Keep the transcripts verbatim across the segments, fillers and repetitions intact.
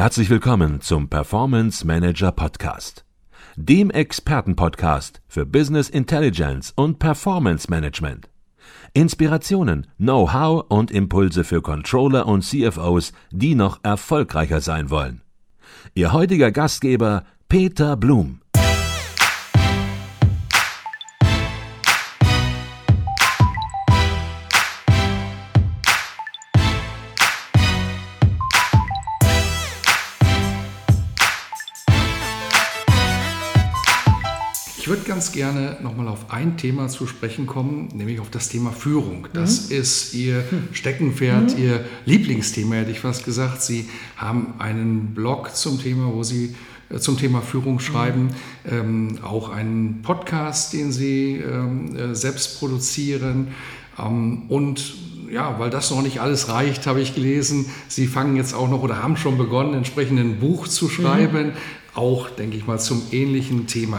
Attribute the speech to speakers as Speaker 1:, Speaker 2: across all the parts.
Speaker 1: Herzlich willkommen zum Performance Manager Podcast, dem Expertenpodcast für Business Intelligence und Performance Management. Inspirationen, Know-how und Impulse für Controller und C F Os, die noch erfolgreicher sein wollen. Ihr heutiger Gastgeber Peter Blum.
Speaker 2: Ich würde ganz gerne nochmal auf ein Thema zu sprechen kommen, nämlich auf das Thema Führung. Das mhm. ist Ihr Steckenpferd, mhm. Ihr Lieblingsthema, hätte ich fast gesagt. Sie haben einen Blog zum Thema, wo Sie äh, zum Thema Führung schreiben, mhm. ähm, auch einen Podcast, den Sie ähm, äh, selbst produzieren. Ähm, und ja, weil das noch nicht alles reicht, habe ich gelesen, Sie fangen jetzt auch noch oder haben schon begonnen, entsprechend ein Buch zu schreiben, mhm. auch, denke ich mal, zum ähnlichen Thema.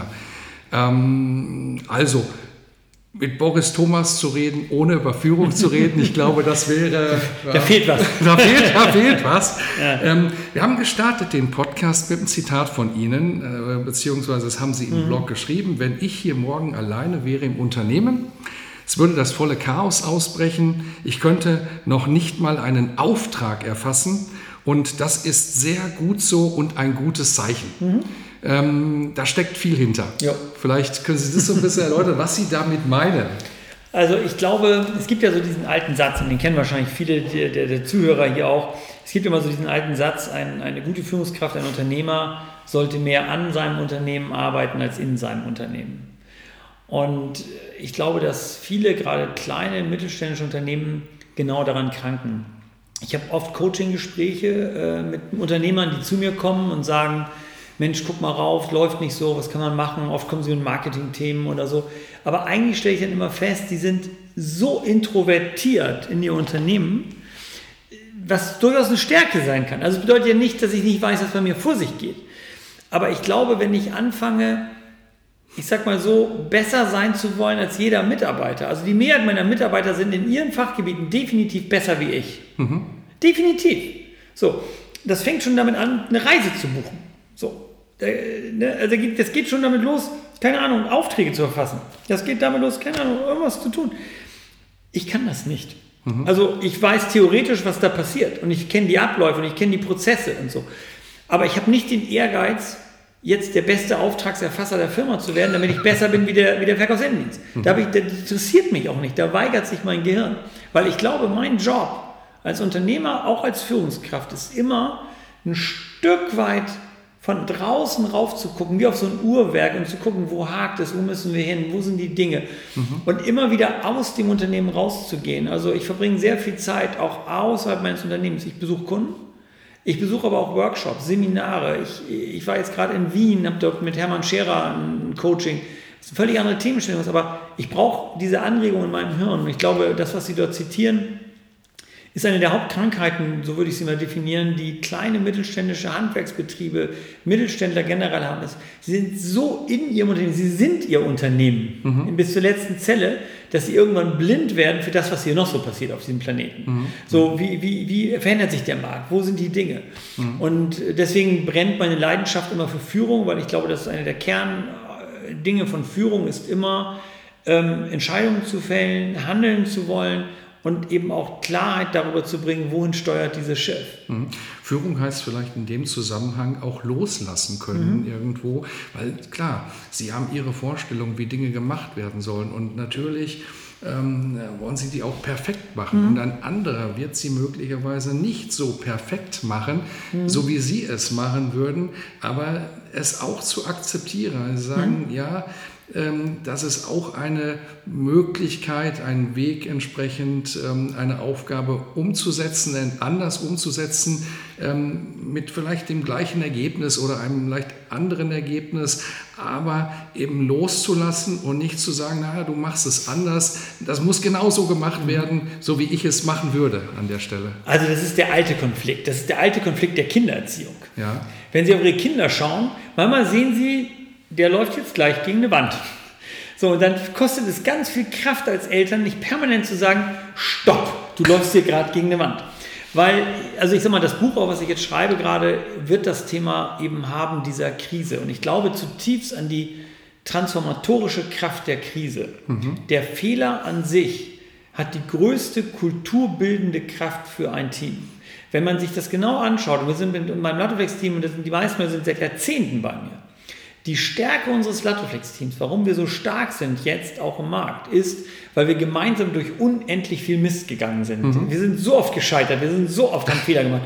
Speaker 2: Also, mit Boris Thomas zu reden, ohne über Führung zu reden, ich glaube, das wäre...
Speaker 3: Da ja, fehlt was.
Speaker 2: Da fehlt, da fehlt was. Ja. Ähm, wir haben gestartet den Podcast mit einem Zitat von Ihnen, äh, beziehungsweise das haben Sie im mhm. Blog geschrieben. Wenn ich hier morgen alleine wäre im Unternehmen, es würde das volle Chaos ausbrechen. Ich könnte noch nicht mal einen Auftrag erfassen und das ist sehr gut so und ein gutes Zeichen. Mhm. Ähm, da steckt viel hinter. Ja. Vielleicht können Sie das so ein bisschen erläutern, was Sie damit meinen.
Speaker 3: Also ich glaube, es gibt ja so diesen alten Satz, und den kennen wahrscheinlich viele der, der, der Zuhörer hier auch. Es gibt immer so diesen alten Satz, ein, eine gute Führungskraft, ein Unternehmer sollte mehr an seinem Unternehmen arbeiten als in seinem Unternehmen. Und ich glaube, dass viele, gerade kleine, mittelständische Unternehmen genau daran kranken. Ich habe oft Coaching-Gespräche äh, mit Unternehmern, die zu mir kommen und sagen, Mensch, guck mal rauf, läuft nicht so, was kann man machen? Oft kommen sie mit Marketing-Themen oder so. Aber eigentlich stelle ich dann immer fest, die sind so introvertiert in ihr Unternehmen, was durchaus eine Stärke sein kann. Also es bedeutet ja nicht, dass ich nicht weiß, was bei mir vor sich geht. Aber ich glaube, wenn ich anfange, ich sag mal so, besser sein zu wollen als jeder Mitarbeiter. Also die Mehrheit meiner Mitarbeiter sind in ihren Fachgebieten definitiv besser wie ich. Mhm. Definitiv. So, das fängt schon damit an, eine Reise zu buchen. So, also das geht schon damit los, keine Ahnung, Aufträge zu erfassen. Das geht damit los, keine Ahnung, irgendwas zu tun. Ich kann das nicht. Mhm. Also ich weiß theoretisch, was da passiert und ich kenne die Abläufe und ich kenne die Prozesse und so. Aber ich habe nicht den Ehrgeiz, jetzt der beste Auftragserfasser der Firma zu werden, damit ich besser bin wie der, wie der Verkaufsinnendienst. Mhm. Da ich, das interessiert mich auch nicht, da weigert sich mein Gehirn. Weil ich glaube, mein Job als Unternehmer, auch als Führungskraft, ist immer ein Stück weit von draußen rauf zu gucken, wie auf so ein Uhrwerk und zu gucken, wo hakt es, wo müssen wir hin, wo sind die Dinge. Mhm. Und immer wieder aus dem Unternehmen rauszugehen. Also ich verbringe sehr viel Zeit auch außerhalb meines Unternehmens. Ich besuche Kunden, ich besuche aber auch Workshops, Seminare. Ich, ich war jetzt gerade in Wien, habe dort mit Hermann Scherer ein Coaching. Das ist eine völlig andere Themenstellung, aber ich brauche diese Anregung in meinem Hirn. Und ich glaube, das, was Sie dort zitieren, ist eine der Hauptkrankheiten, so würde ich sie mal definieren, die kleine mittelständische Handwerksbetriebe, Mittelständler generell haben. Sie sind so in ihrem Unternehmen, sie sind ihr Unternehmen mhm. bis zur letzten Zelle, dass sie irgendwann blind werden für das, was hier noch so passiert auf diesem Planeten. Mhm. So, wie, wie, wie verändert sich der Markt? Wo sind die Dinge? Mhm. Und deswegen brennt meine Leidenschaft immer für Führung, weil ich glaube, das ist eine der Kerndinge von Führung, ist immer ähm, Entscheidungen zu fällen, handeln zu wollen, und eben auch Klarheit darüber zu bringen, wohin steuert dieses Schiff.
Speaker 2: Mhm. Führung heißt vielleicht in dem Zusammenhang auch loslassen können mhm. irgendwo, weil klar, Sie haben Ihre Vorstellung, wie Dinge gemacht werden sollen und natürlich ähm, wollen Sie die auch perfekt machen mhm. und ein anderer wird sie möglicherweise nicht so perfekt machen, mhm. so wie Sie es machen würden, aber es auch zu akzeptieren, Sie sagen, mhm. ja, das ist auch eine Möglichkeit, einen Weg entsprechend, eine Aufgabe umzusetzen, anders umzusetzen, mit vielleicht dem gleichen Ergebnis oder einem leicht anderen Ergebnis, aber eben loszulassen und nicht zu sagen, naja, du machst es anders, das muss genauso gemacht werden, so wie ich es machen würde an der Stelle.
Speaker 3: Also das ist der alte Konflikt, das ist der alte Konflikt der Kindererziehung.
Speaker 2: Ja.
Speaker 3: Wenn Sie auf Ihre Kinder schauen, manchmal sehen Sie, der läuft jetzt gleich gegen eine Wand. So, und dann kostet es ganz viel Kraft als Eltern, nicht permanent zu sagen, stopp, du läufst hier gerade gegen eine Wand. Weil, also ich sag mal, das Buch, auch was ich jetzt schreibe gerade, wird das Thema eben haben dieser Krise. Und ich glaube zutiefst an die transformatorische Kraft der Krise. Mhm. Der Fehler an sich hat die größte kulturbildende Kraft für ein Team. Wenn man sich das genau anschaut, und wir sind mit meinem Latoflex-Team, und das sind die meisten sind seit Jahrzehnten bei mir, die Stärke unseres Latoflex-Teams, warum wir so stark sind jetzt auch im Markt, ist, weil wir gemeinsam durch unendlich viel Mist gegangen sind. Mhm. Wir sind so oft gescheitert, wir sind so oft haben Fehler gemacht.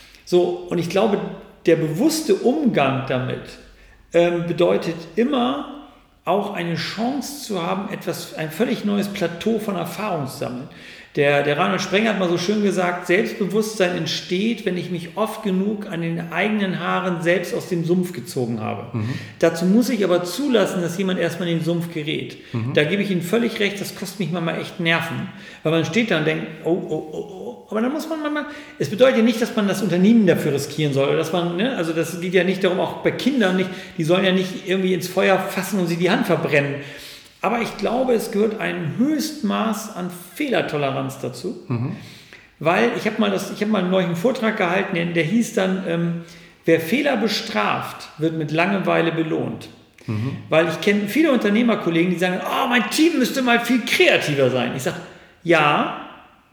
Speaker 3: So, und ich glaube, der bewusste Umgang damit ähm, bedeutet immer auch eine Chance zu haben, etwas, ein völlig neues Plateau von Erfahrung zu sammeln. Der, der Reinhold Sprenger hat mal so schön gesagt, Selbstbewusstsein entsteht, wenn ich mich oft genug an den eigenen Haaren selbst aus dem Sumpf gezogen habe. Mhm. Dazu muss ich aber zulassen, dass jemand erstmal in den Sumpf gerät. Mhm. Da gebe ich Ihnen völlig recht, das kostet mich manchmal echt Nerven. Weil man steht da und denkt, oh, oh, oh, oh. Aber dann muss man manchmal, es bedeutet ja nicht, dass man das Unternehmen dafür riskieren soll. Oder dass man, ne, also das geht ja nicht darum, auch bei Kindern nicht, die sollen ja nicht irgendwie ins Feuer fassen und sich die Hand verbrennen. Aber ich glaube, es gehört ein Höchstmaß an Fehlertoleranz dazu, mhm. weil ich habe mal, das, ich hab mal einen neuen Vortrag gehalten, der, der hieß dann, ähm, wer Fehler bestraft, wird mit Langeweile belohnt. Mhm. Weil ich kenne viele Unternehmerkollegen, die sagen, oh, mein Team müsste mal viel kreativer sein. Ich sage, ja,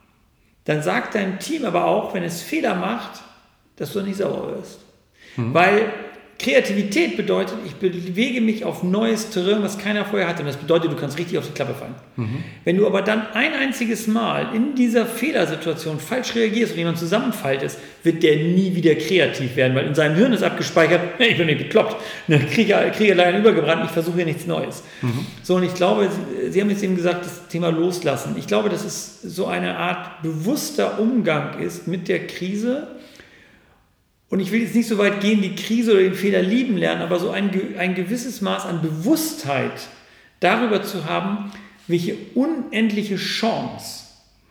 Speaker 3: dann sagt dein Team aber auch, wenn es Fehler macht, dass du nicht sauer wirst. Mhm. Weil Kreativität bedeutet, ich bewege mich auf neues Terrain, was keiner vorher hatte. Und das bedeutet, du kannst richtig auf die Klappe fallen. Mhm. Wenn du aber dann ein einziges Mal in dieser Fehlersituation falsch reagierst und jemand zusammenfällt, wird der nie wieder kreativ werden, weil in seinem Hirn ist abgespeichert, ich bin nicht bekloppt, ne, Krieger, Kriegerleiern übergebrannt, ich versuche hier nichts Neues. Mhm. So, und ich glaube, Sie, Sie haben jetzt eben gesagt, das Thema Loslassen. Ich glaube, dass es so eine Art bewusster Umgang ist mit der Krise. Und ich will jetzt nicht so weit gehen, die Krise oder den Fehler lieben lernen, aber so ein, ein gewisses Maß an Bewusstheit darüber zu haben, welche unendliche Chance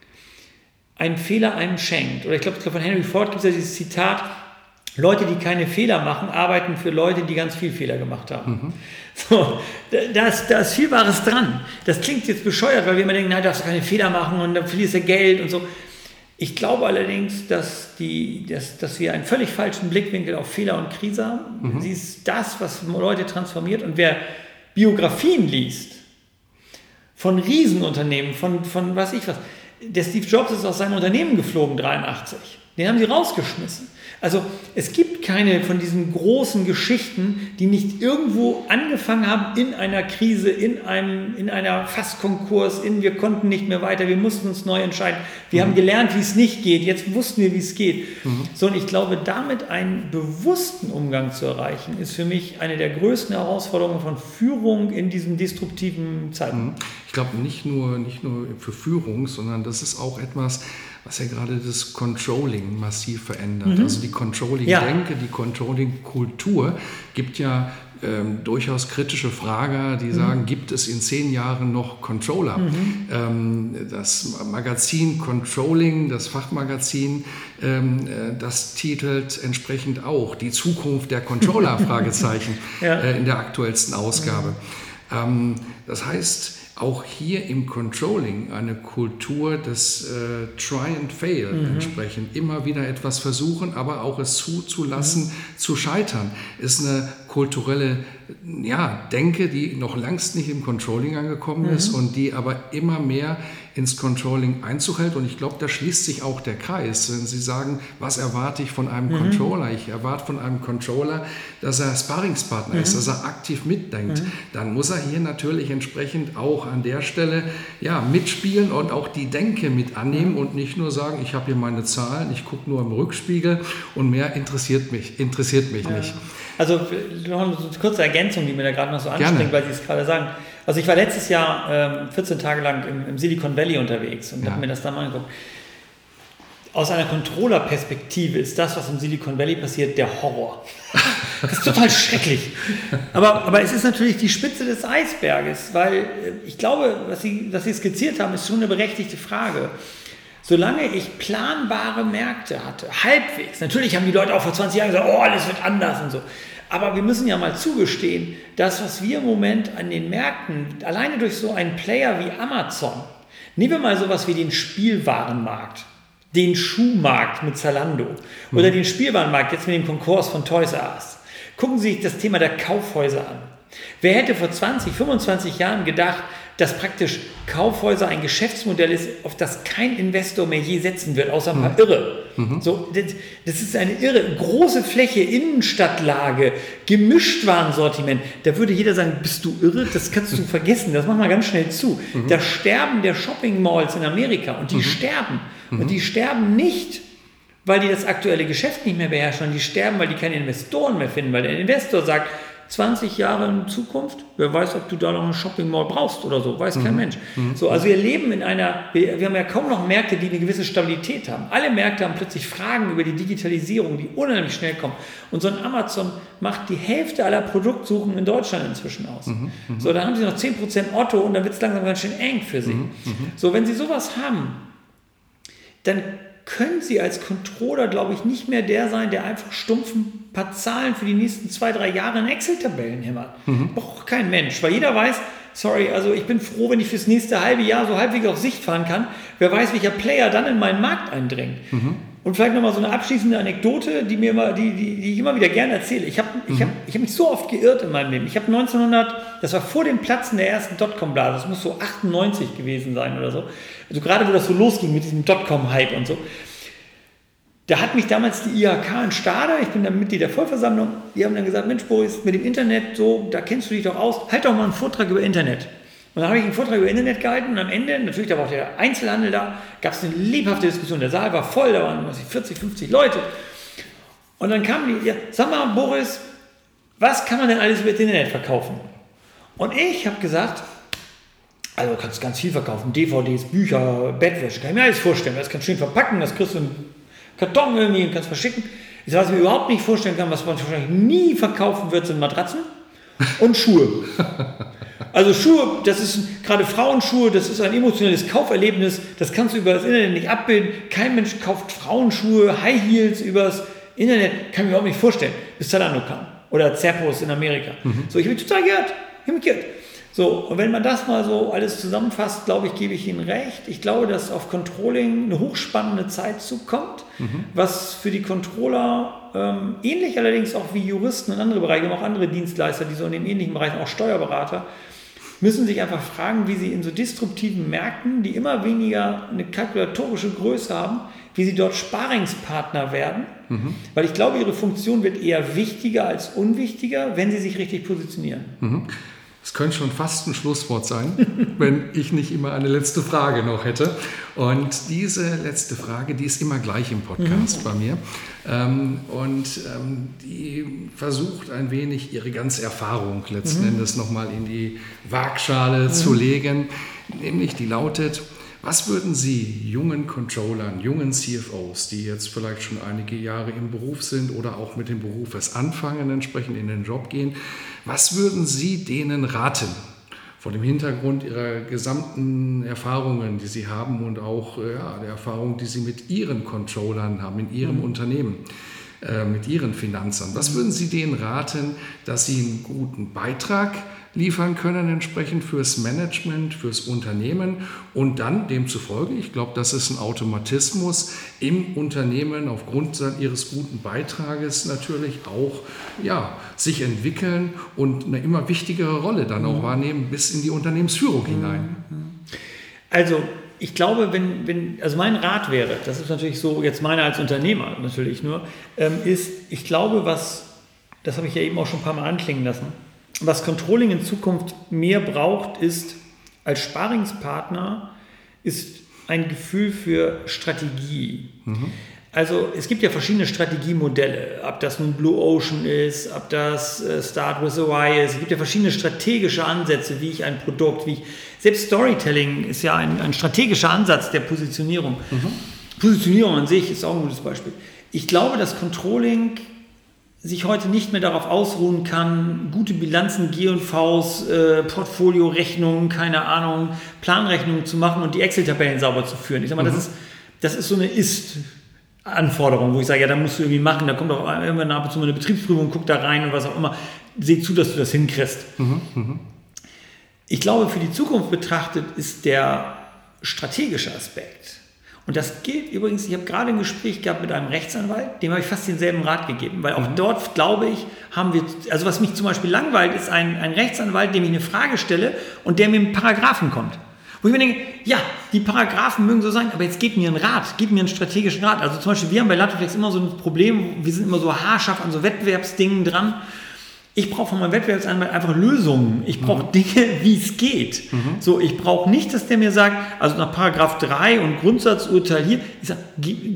Speaker 3: ein Fehler einem schenkt. Oder ich glaube, von Henry Ford gibt es ja dieses Zitat, Leute, die keine Fehler machen, arbeiten für Leute, die ganz viel Fehler gemacht haben. Mhm. So, da ist, da ist viel Wahres dran. Das klingt jetzt bescheuert, weil wir immer denken, nein, du darfst keine Fehler machen und dann verlierst du Geld und so. Ich glaube allerdings, dass, die, dass, dass wir einen völlig falschen Blickwinkel auf Fehler und Krise haben. Mhm. Sie ist das, was Leute transformiert. Und wer Biografien liest, von Riesenunternehmen, von, von was ich was, der Steve Jobs ist aus seinem Unternehmen geflogen, dreiundachtzig. Den haben sie rausgeschmissen. Also es gibt keine von diesen großen Geschichten, die nicht irgendwo angefangen haben in einer Krise, in einem, in einer Fast-Konkurs, in wir konnten nicht mehr weiter, wir mussten uns neu entscheiden. Wir mhm. haben gelernt, wie es nicht geht, jetzt wussten wir, wie es geht. Mhm. So, und ich glaube, damit einen bewussten Umgang zu erreichen, ist für mich eine der größten Herausforderungen von Führung in diesen disruptiven Zeiten.
Speaker 2: Ich glaube, nicht nur, nicht nur für Führung, sondern das ist auch etwas, was ja gerade das Controlling massiv verändert. Mhm. Also die Controlling-Denke, ja. die Controlling-Kultur gibt ja ähm, durchaus kritische Frager, die mhm. sagen, gibt es in zehn Jahren noch Controller? Mhm. Ähm, das Magazin Controlling, das Fachmagazin, ähm, das titelt entsprechend auch die Zukunft der Controller, Fragezeichen, ja. äh, in der aktuellsten Ausgabe. Mhm. Ähm, das heißt, auch hier im Controlling eine Kultur des äh, Try and Fail mhm. entsprechend. Immer wieder etwas versuchen, aber auch es zuzulassen, mhm. zu scheitern, ist eine kulturelle ja, Denke, die noch längst nicht im Controlling angekommen mhm. ist und die aber immer mehr ins Controlling Einzug hält. Und ich glaube, da schließt sich auch der Kreis. Wenn Sie sagen, was erwarte ich von einem mhm. Controller? Ich erwarte von einem Controller, dass er Sparringspartner mhm. ist, dass er aktiv mitdenkt. Mhm. Dann muss er hier natürlich entsprechend auch an der Stelle ja, mitspielen und auch die Denke mit annehmen mhm. und nicht nur sagen, ich habe hier meine Zahlen, ich gucke nur im Rückspiegel und mehr interessiert mich, interessiert mich ja. nicht.
Speaker 3: Also noch eine kurze Ergänzung, die mir da gerade noch so anspringt, weil Sie es gerade sagen. Also ich war letztes Jahr ähm, vierzehn Tage lang im, im Silicon Valley unterwegs und ja. habe mir das da mal angeguckt. Aus einer Controller-Perspektive ist das, was im Silicon Valley passiert, der Horror. Das ist total schrecklich. Aber, aber es ist natürlich die Spitze des Eisberges, weil ich glaube, was Sie, was Sie skizziert haben, ist schon eine berechtigte Frage. Solange ich planbare Märkte hatte, halbwegs, natürlich haben die Leute auch vor zwanzig Jahren gesagt, oh, alles wird anders und so. Aber wir müssen ja mal zugestehen, das, was wir im Moment an den Märkten, alleine durch so einen Player wie Amazon, nehmen wir mal sowas wie den Spielwarenmarkt. den Schuhmarkt mit Zalando mhm. oder den Spielwarenmarkt jetzt mit dem Konkurs von Toys R Us. Gucken Sie sich das Thema der Kaufhäuser an. Wer hätte vor zwanzig, fünfundzwanzig Jahren gedacht, dass praktisch Kaufhäuser ein Geschäftsmodell ist, auf das kein Investor mehr je setzen wird, außer ein paar mhm. Irre. Mhm. So, das, das ist eine irre, große Fläche, Innenstadtlage, Gemischtwarensortiment. Da würde jeder sagen, bist du irre? Das kannst du vergessen, das mach mal ganz schnell zu. Mhm. Da sterben der Shopping-Malls in Amerika und die mhm. sterben. Mhm. Und die sterben nicht, weil die das aktuelle Geschäft nicht mehr beherrschen, sondern die sterben, weil die keine Investoren mehr finden, weil der Investor sagt, zwanzig Jahre in Zukunft, wer weiß, ob du da noch einen Shopping-Mall brauchst oder so, weiß mhm. kein Mensch. Mhm. So, also wir leben in einer, wir, wir haben ja kaum noch Märkte, die eine gewisse Stabilität haben. Alle Märkte haben plötzlich Fragen über die Digitalisierung, die unheimlich schnell kommen. Und so ein Amazon macht die Hälfte aller Produktsuchen in Deutschland inzwischen aus. Mhm. Mhm. So, dann haben sie noch zehn Prozent Otto und dann wird es langsam ganz schön eng für sie. Mhm. Mhm. So, wenn sie sowas haben, dann können Sie als Controller, glaube ich, nicht mehr der sein, der einfach stumpf ein paar Zahlen für die nächsten zwei, drei Jahre in Excel-Tabellen hämmert. Mhm. Braucht kein Mensch, weil jeder weiß, sorry, also ich bin froh, wenn ich fürs nächste halbe Jahr so halbwegs auf Sicht fahren kann. Wer weiß, welcher Player dann in meinen Markt eindringt. Mhm. Und vielleicht nochmal so eine abschließende Anekdote, die, mir immer, die, die, die ich immer wieder gerne erzähle. Ich habe ich hab, ich hab mich so oft geirrt in meinem Leben. Ich habe neunzehnhundert, das war vor dem Platzen der ersten Dotcom-Blase, das muss so achtundneunzig gewesen sein oder so. Also gerade wo das so losging mit diesem Dotcom-Hype und so. Da hat mich damals die I H K in Stade, ich bin dann Mitglied der Vollversammlung, die haben dann gesagt, Mensch Boris, mit dem Internet, so, da kennst du dich doch aus, halt doch mal einen Vortrag über Internet. Und dann habe ich einen Vortrag über Internet gehalten und am Ende, natürlich, da war auch der Einzelhandel da, gab es eine lebhafte Diskussion, der Saal war voll, da waren vierzig, fünfzig Leute. Und dann kamen die, ja, sag mal Boris, was kann man denn alles über das Internet verkaufen? Und ich habe gesagt, also du kannst ganz viel verkaufen, D V Ds, Bücher, Bettwäsche, kann ich mir alles vorstellen, das kannst du schön verpacken, das kriegst du in Karton irgendwie und kannst verschicken. Ich sage, was ich mir überhaupt nicht vorstellen kann, was man wahrscheinlich nie verkaufen wird, sind Matratzen und Schuhe. Also Schuhe, das ist gerade Frauenschuhe, das ist ein emotionales Kauferlebnis, das kannst du über das Internet nicht abbilden. Kein Mensch kauft Frauenschuhe, High Heels übers Internet, kann ich mir überhaupt nicht vorstellen, bis Zalando kam. Oder Zappos in Amerika. Mhm. So, ich bin total geirrt, ich bin geirrt. So, und wenn man das mal so alles zusammenfasst, glaube ich, gebe ich Ihnen recht. Ich glaube, dass auf Controlling eine hochspannende Zeit zukommt, mhm. was für die Controller ähm, ähnlich allerdings auch wie Juristen und andere Bereiche, und auch andere Dienstleister, die so in den ähnlichen Bereichen, auch Steuerberater, müssen sich einfach fragen, wie sie in so disruptiven Märkten, die immer weniger eine kalkulatorische Größe haben, wie sie dort Sparingspartner werden. Mhm. Weil ich glaube, ihre Funktion wird eher wichtiger als unwichtiger, wenn sie sich richtig positionieren.
Speaker 2: Mhm. Das könnte schon fast ein Schlusswort sein, wenn ich nicht immer eine letzte Frage noch hätte. Und diese letzte Frage, die ist immer gleich im Podcast mhm. bei mir. Ähm, und ähm, die versucht ein wenig ihre ganze Erfahrung letzten mhm. Endes nochmal in die Waagschale mhm. zu legen. Nämlich die lautet, was würden Sie jungen Controllern, jungen C F Os, die jetzt vielleicht schon einige Jahre im Beruf sind oder auch mit dem Beruf erst anfangen, entsprechend in den Job gehen, was würden Sie denen raten, vor dem Hintergrund Ihrer gesamten Erfahrungen, die Sie haben und auch ja, der Erfahrung, die Sie mit Ihren Controllern haben, in Ihrem mhm. Unternehmen, äh, mit Ihren Finanzern? Was würden Sie denen raten, dass Sie einen guten Beitrag liefern können, entsprechend fürs Management, fürs Unternehmen und dann demzufolge, ich glaube, das ist ein Automatismus im Unternehmen aufgrund ihres guten Beitrages natürlich auch ja, sich entwickeln und eine immer wichtigere Rolle dann auch wahrnehmen bis in die Unternehmensführung hinein.
Speaker 3: Also ich glaube, wenn, wenn, also mein Rat wäre, das ist natürlich so jetzt meiner als Unternehmer natürlich nur, ähm, ist, ich glaube, was, das habe ich ja eben auch schon ein paar Mal anklingen lassen, was Controlling in Zukunft mehr braucht, ist als Sparingspartner, ist ein Gefühl für Strategie. Mhm. Also es gibt ja verschiedene Strategiemodelle, ob das nun Blue Ocean ist, ob das äh, Start with a Why ist. Es gibt ja verschiedene strategische Ansätze, wie ich ein Produkt, wie ich, selbst Storytelling ist ja ein, ein strategischer Ansatz der Positionierung. Mhm. Positionierung an sich ist auch ein gutes Beispiel. Ich glaube, dass Controlling sich heute nicht mehr darauf ausruhen kann, gute Bilanzen, G und Vs, äh, Portfoliorechnungen, keine Ahnung, Planrechnungen zu machen und die Excel-Tabellen sauber zu führen. Ich sag mal, mhm. das ist, das ist so eine Ist-Anforderung, wo ich sage, ja, da musst du irgendwie machen, da kommt auch irgendwann ab und zu mal eine Betriebsprüfung, guck da rein und was auch immer. Seh zu, dass du das hinkriegst. Mhm. Mhm. Ich glaube, für die Zukunft betrachtet ist der strategische Aspekt. Und das gilt übrigens, ich habe gerade ein Gespräch gehabt mit einem Rechtsanwalt, dem habe ich fast denselben Rat gegeben, weil auch mhm. dort, glaube ich, haben wir, also was mich zum Beispiel langweilt, ist ein, ein Rechtsanwalt, dem ich eine Frage stelle und der mir mit Paragraphen kommt. Wo ich mir denke, ja, die Paragraphen mögen so sein, aber jetzt gib mir einen Rat, gib mir einen strategischen Rat. Also zum Beispiel, wir haben bei Latoflex immer so ein Problem, wir sind immer so haarscharf an so Wettbewerbsdingen dran. Ich brauche von meinem Wettbewerbsanwalt einfach Lösungen. Ich brauche mhm. Dinge, wie es geht. Mhm. So, ich brauche nicht, dass der mir sagt, also nach Paragraph drei und Grundsatzurteil hier, ich sage,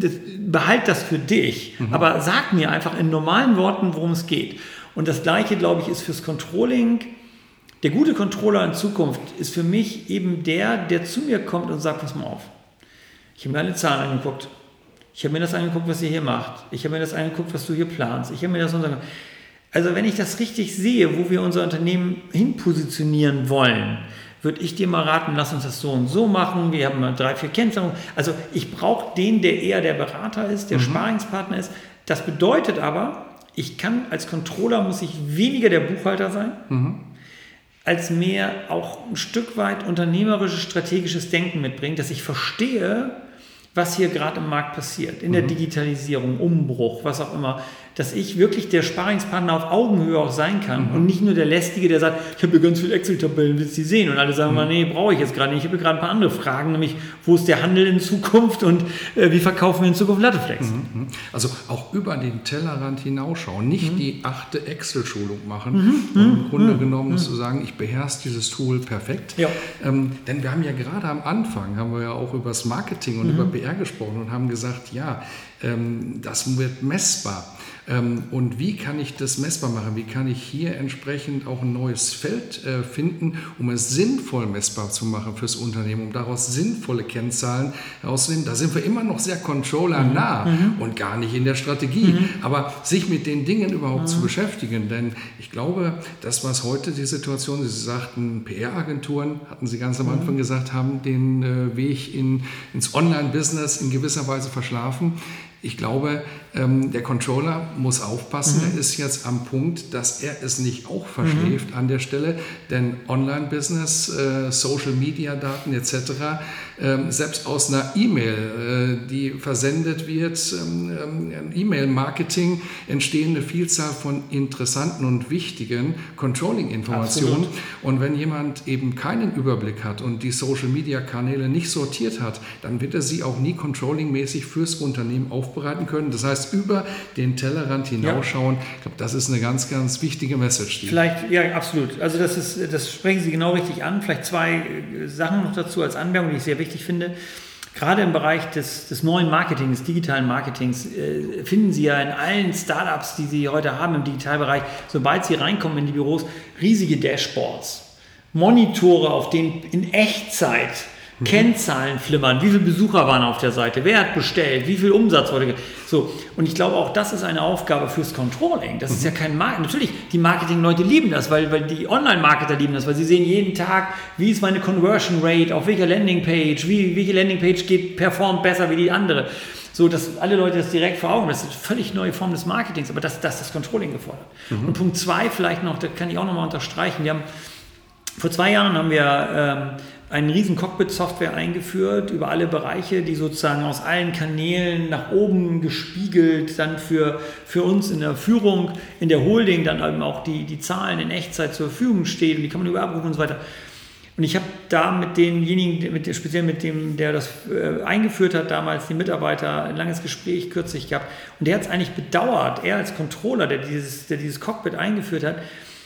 Speaker 3: behalt das für dich. Mhm. Aber sag mir einfach in normalen Worten, worum es geht. Und das Gleiche, glaube ich, ist fürs Controlling. Der gute Controller in Zukunft ist für mich eben der, der zu mir kommt und sagt, pass mal auf. Ich habe mir alle Zahlen angeguckt. Ich habe mir das angeguckt, was ihr hier macht. Ich habe mir das angeguckt, was du hier planst. Ich habe mir das angeguckt. Also wenn ich das richtig sehe, wo wir unser Unternehmen hinpositionieren wollen, würde ich dir mal raten, lass uns das so und so machen. Wir haben mal drei, vier Kennzahlen. Also ich brauche den, der eher der Berater ist, der mhm. Sparingspartner ist. Das bedeutet aber, ich kann als Controller, muss ich weniger der Buchhalter sein, mhm. als mehr auch ein Stück weit unternehmerisches, strategisches Denken mitbringen, dass ich verstehe, was hier gerade im Markt passiert, in mhm. der Digitalisierung, Umbruch, was auch immer, dass ich wirklich der Sparingspartner auf Augenhöhe auch sein kann mhm. und nicht nur der Lästige, der sagt, ich habe hier ganz viele Excel-Tabellen, willst du die sehen? Und alle sagen mhm. mal, nee, brauche ich jetzt gerade nicht. Ich habe hier gerade ein paar andere Fragen, nämlich, wo ist der Handel in Zukunft und äh, wie verkaufen wir in Zukunft Latoflex?
Speaker 2: Mhm. Also auch über den Tellerrand hinausschauen, nicht mhm. die achte Excel-Schulung machen mhm. und im Grunde mhm. genommen mhm. zu sagen, ich beherrsche dieses Tool perfekt. Ja. Ähm, denn wir haben ja gerade am Anfang, haben wir ja auch über das Marketing und mhm. über P R gesprochen und haben gesagt, ja, ähm, das wird messbar. Ähm, und wie kann ich das messbar machen? Wie kann ich hier entsprechend auch ein neues Feld äh, finden, um es sinnvoll messbar zu machen fürs Unternehmen, um daraus sinnvolle Kennzahlen herauszunehmen? Da sind wir immer noch sehr controllernah mhm. und gar nicht in der Strategie. Mhm. Aber sich mit den Dingen überhaupt mhm. zu beschäftigen, denn ich glaube, das, was heute die Situation ist, Sie sagten, P R-Agenturen, hatten Sie ganz am mhm. Anfang gesagt, haben den äh, Weg in, ins Online-Business in gewisser Weise verschlafen. Ich glaube, ähm, der Controller muss aufpassen. Mhm. Er ist jetzt am Punkt, dass er es nicht auch verschläft mhm. an der Stelle, denn Online-Business, äh, Social-Media-Daten et cetera, ähm, selbst aus einer E-Mail, äh, die versendet wird, ähm, E-Mail-Marketing, entstehen eine Vielzahl von interessanten und wichtigen Controlling-Informationen. Absolut. Und wenn jemand eben keinen Überblick hat und die Social-Media-Kanäle nicht sortiert hat, dann wird er sie auch nie controlling-mäßig fürs Unternehmen aufbereiten können. Das heißt, über den Tellerrand hinausschauen, ja. Ich glaube, das ist eine ganz, ganz wichtige Message.
Speaker 3: Vielleicht, ja, absolut. Also das ist, das sprechen Sie genau richtig an. Vielleicht zwei Sachen noch dazu als Anmerkung, die ich sehr wichtig finde. Gerade im Bereich des, des neuen Marketings, des digitalen Marketings, äh, finden Sie ja in allen Startups, die Sie heute haben im Digitalbereich, sobald Sie reinkommen in die Büros, riesige Dashboards, Monitore, auf denen in Echtzeit mhm. Kennzahlen flimmern, wie viele Besucher waren auf der Seite, wer hat bestellt, wie viel Umsatz wurde. So. Und ich glaube, auch das ist eine Aufgabe fürs Controlling. Das mhm. ist ja kein Marketing. Natürlich, die Marketing-Leute lieben das, weil, weil die Online-Marketer lieben das, weil sie sehen jeden Tag, wie ist meine Conversion Rate, auf welcher Landingpage, wie, welche Landingpage geht, performt besser wie die andere. So, dass alle Leute das direkt vor Augen haben. Das ist eine völlig neue Form des Marketings, aber das, das ist das Controlling gefordert. Mhm. Und Punkt zwei vielleicht noch, da kann ich auch nochmal unterstreichen. Wir haben, vor zwei Jahren haben wir ähm, eine riesen Cockpit-Software eingeführt über alle Bereiche, die sozusagen aus allen Kanälen nach oben gespiegelt dann für, für uns in der Führung, in der Holding dann eben auch die, die Zahlen in Echtzeit zur Verfügung steht und die kann man überabrufen und so weiter. Und ich habe da mit denjenigen, mit, speziell mit dem, der das äh, eingeführt hat, damals die Mitarbeiter, ein langes Gespräch kürzlich gehabt. Und der hat es eigentlich bedauert, er als Controller, der dieses, der dieses Cockpit eingeführt hat,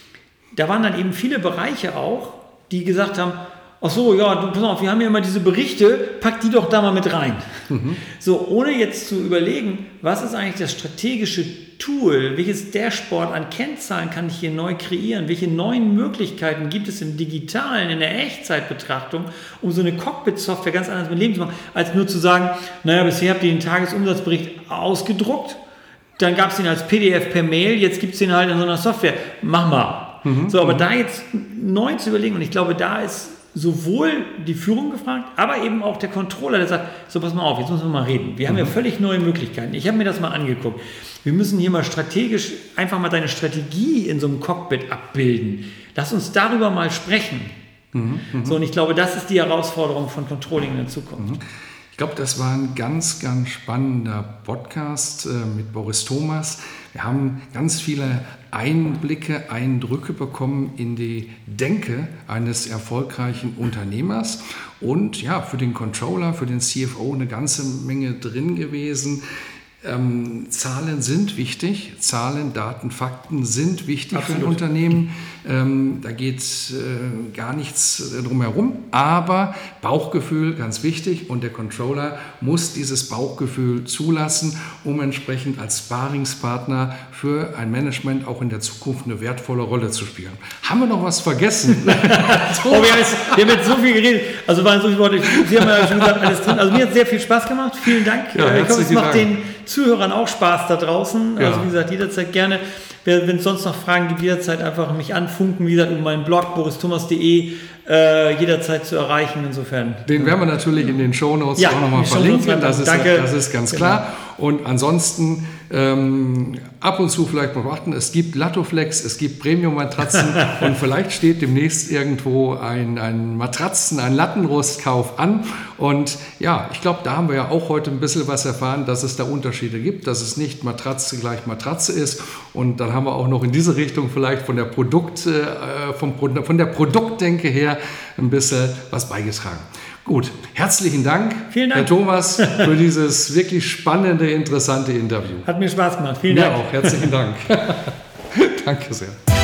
Speaker 3: da waren dann eben viele Bereiche auch, die gesagt haben, ach so, ja, du, pass auf, wir haben ja immer diese Berichte, pack die doch da mal mit rein. Mhm. So, ohne jetzt zu überlegen, was ist eigentlich das strategische Tool, welches Dashboard an Kennzahlen kann ich hier neu kreieren, welche neuen Möglichkeiten gibt es im Digitalen, in der Echtzeitbetrachtung, um so eine Cockpit-Software ganz anders mit Leben zu machen, als nur zu sagen, naja, bisher habt ihr den Tagesumsatzbericht ausgedruckt, dann gab es den als P D F per Mail, jetzt gibt es den halt in so einer Software. Mach mal. Mhm. So, aber mhm. da jetzt neu zu überlegen, und ich glaube, da ist sowohl die Führung gefragt, aber eben auch der Controller, der sagt, so pass mal auf, jetzt müssen wir mal reden. Wir haben mhm. ja völlig neue Möglichkeiten. Ich habe mir das mal angeguckt. Wir müssen hier mal strategisch einfach mal deine Strategie in so einem Cockpit abbilden. Lass uns darüber mal sprechen. Mhm. Mhm. So, und ich glaube, das ist die Herausforderung von Controlling in der Zukunft. Mhm.
Speaker 2: Ich glaube, das war ein ganz, ganz spannender Podcast äh, mit Boris Thomas. Wir haben ganz viele Einblicke, Eindrücke bekommen in die Denke eines erfolgreichen Unternehmers und ja, für den Controller, für den C F O eine ganze Menge drin gewesen. Ähm, Zahlen sind wichtig, Zahlen, Daten, Fakten sind wichtig Absolut. Für ein Unternehmen. Ähm, da geht äh, gar nichts drum herum, aber Bauchgefühl ganz wichtig und der Controller muss dieses Bauchgefühl zulassen, um entsprechend als Sparingspartner für ein Management auch in der Zukunft eine wertvolle Rolle zu spielen. Haben wir noch was vergessen?
Speaker 3: oh, wir, haben jetzt, wir haben jetzt so viel geredet, also waren so viele Worte, Sie haben ja schon gesagt, alles drin. Also mir hat es sehr viel Spaß gemacht, vielen Dank.
Speaker 2: Ja,
Speaker 3: ich hoffe, es macht
Speaker 2: Dank.
Speaker 3: den Zuhörern auch Spaß da draußen.
Speaker 2: Ja.
Speaker 3: Also wie gesagt, jederzeit gerne. Wenn es sonst noch Fragen gibt, jederzeit einfach mich anfunken. Wie gesagt, über meinen Blog boris thomas punkt de äh, jederzeit zu erreichen. Insofern.
Speaker 2: Den werden wir natürlich in den Shownotes
Speaker 3: ja,
Speaker 2: auch nochmal verlinken. Das ist,
Speaker 3: Danke.
Speaker 2: das ist ganz klar. Genau. Und ansonsten ähm, ab und zu vielleicht mal beachten, es gibt Lattoflex, es gibt Premium-Matratzen und vielleicht steht demnächst irgendwo ein, ein Matratzen-, ein Lattenrostkauf an. Und ja, ich glaube, da haben wir ja auch heute ein bisschen was erfahren, dass es da Unterschiede gibt, dass es nicht Matratze gleich Matratze ist. Und dann haben wir auch noch in diese Richtung vielleicht von der, Produkt, äh, vom, von der Produktdenke her ein bisschen was beigetragen. Gut, herzlichen Dank,
Speaker 3: Vielen Dank,
Speaker 2: Herr Thomas, für dieses wirklich spannende, interessante Interview.
Speaker 3: Hat mir Spaß gemacht. Vielen
Speaker 2: mir
Speaker 3: Dank.
Speaker 2: Mir auch, herzlichen Dank. Danke sehr.